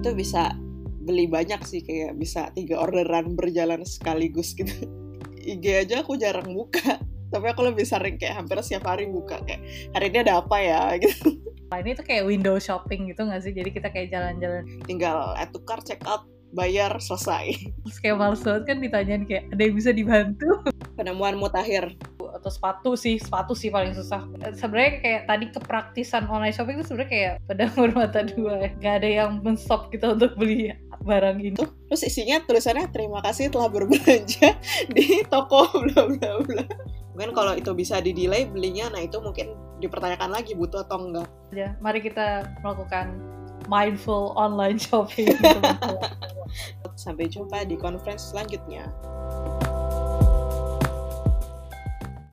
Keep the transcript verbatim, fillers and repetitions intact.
itu bisa beli banyak sih, kayak bisa tiga orderan berjalan sekaligus gitu. I G aja aku jarang buka, tapi aku lebih sering kayak hampir setiap hari buka kayak hari ini ada apa ya gitu. Nah, ini tuh kayak window shopping gitu nggak sih? Jadi kita kayak jalan-jalan, Tinggal add to cart, check out, bayar, selesai. terus kayak males banget kan ditanyain kayak ada yang bisa dibantu. Penemuan mutakhir. Atau sepatu sih, sepatu sih paling susah. Sebenarnya kayak tadi kepraktisan online shopping itu sebenarnya kayak pedang bermata dua ya. Gak ada yang men-stop kita untuk beli barang ini. Tuh, terus isinya tulisannya terima kasih telah berbelanja di toko bla bla bla. Mungkin kalau itu bisa di-delay belinya, nah itu mungkin dipertanyakan lagi butuh atau enggak. Ya, mari kita melakukan mindful online shopping. Sampai jumpa di conference selanjutnya.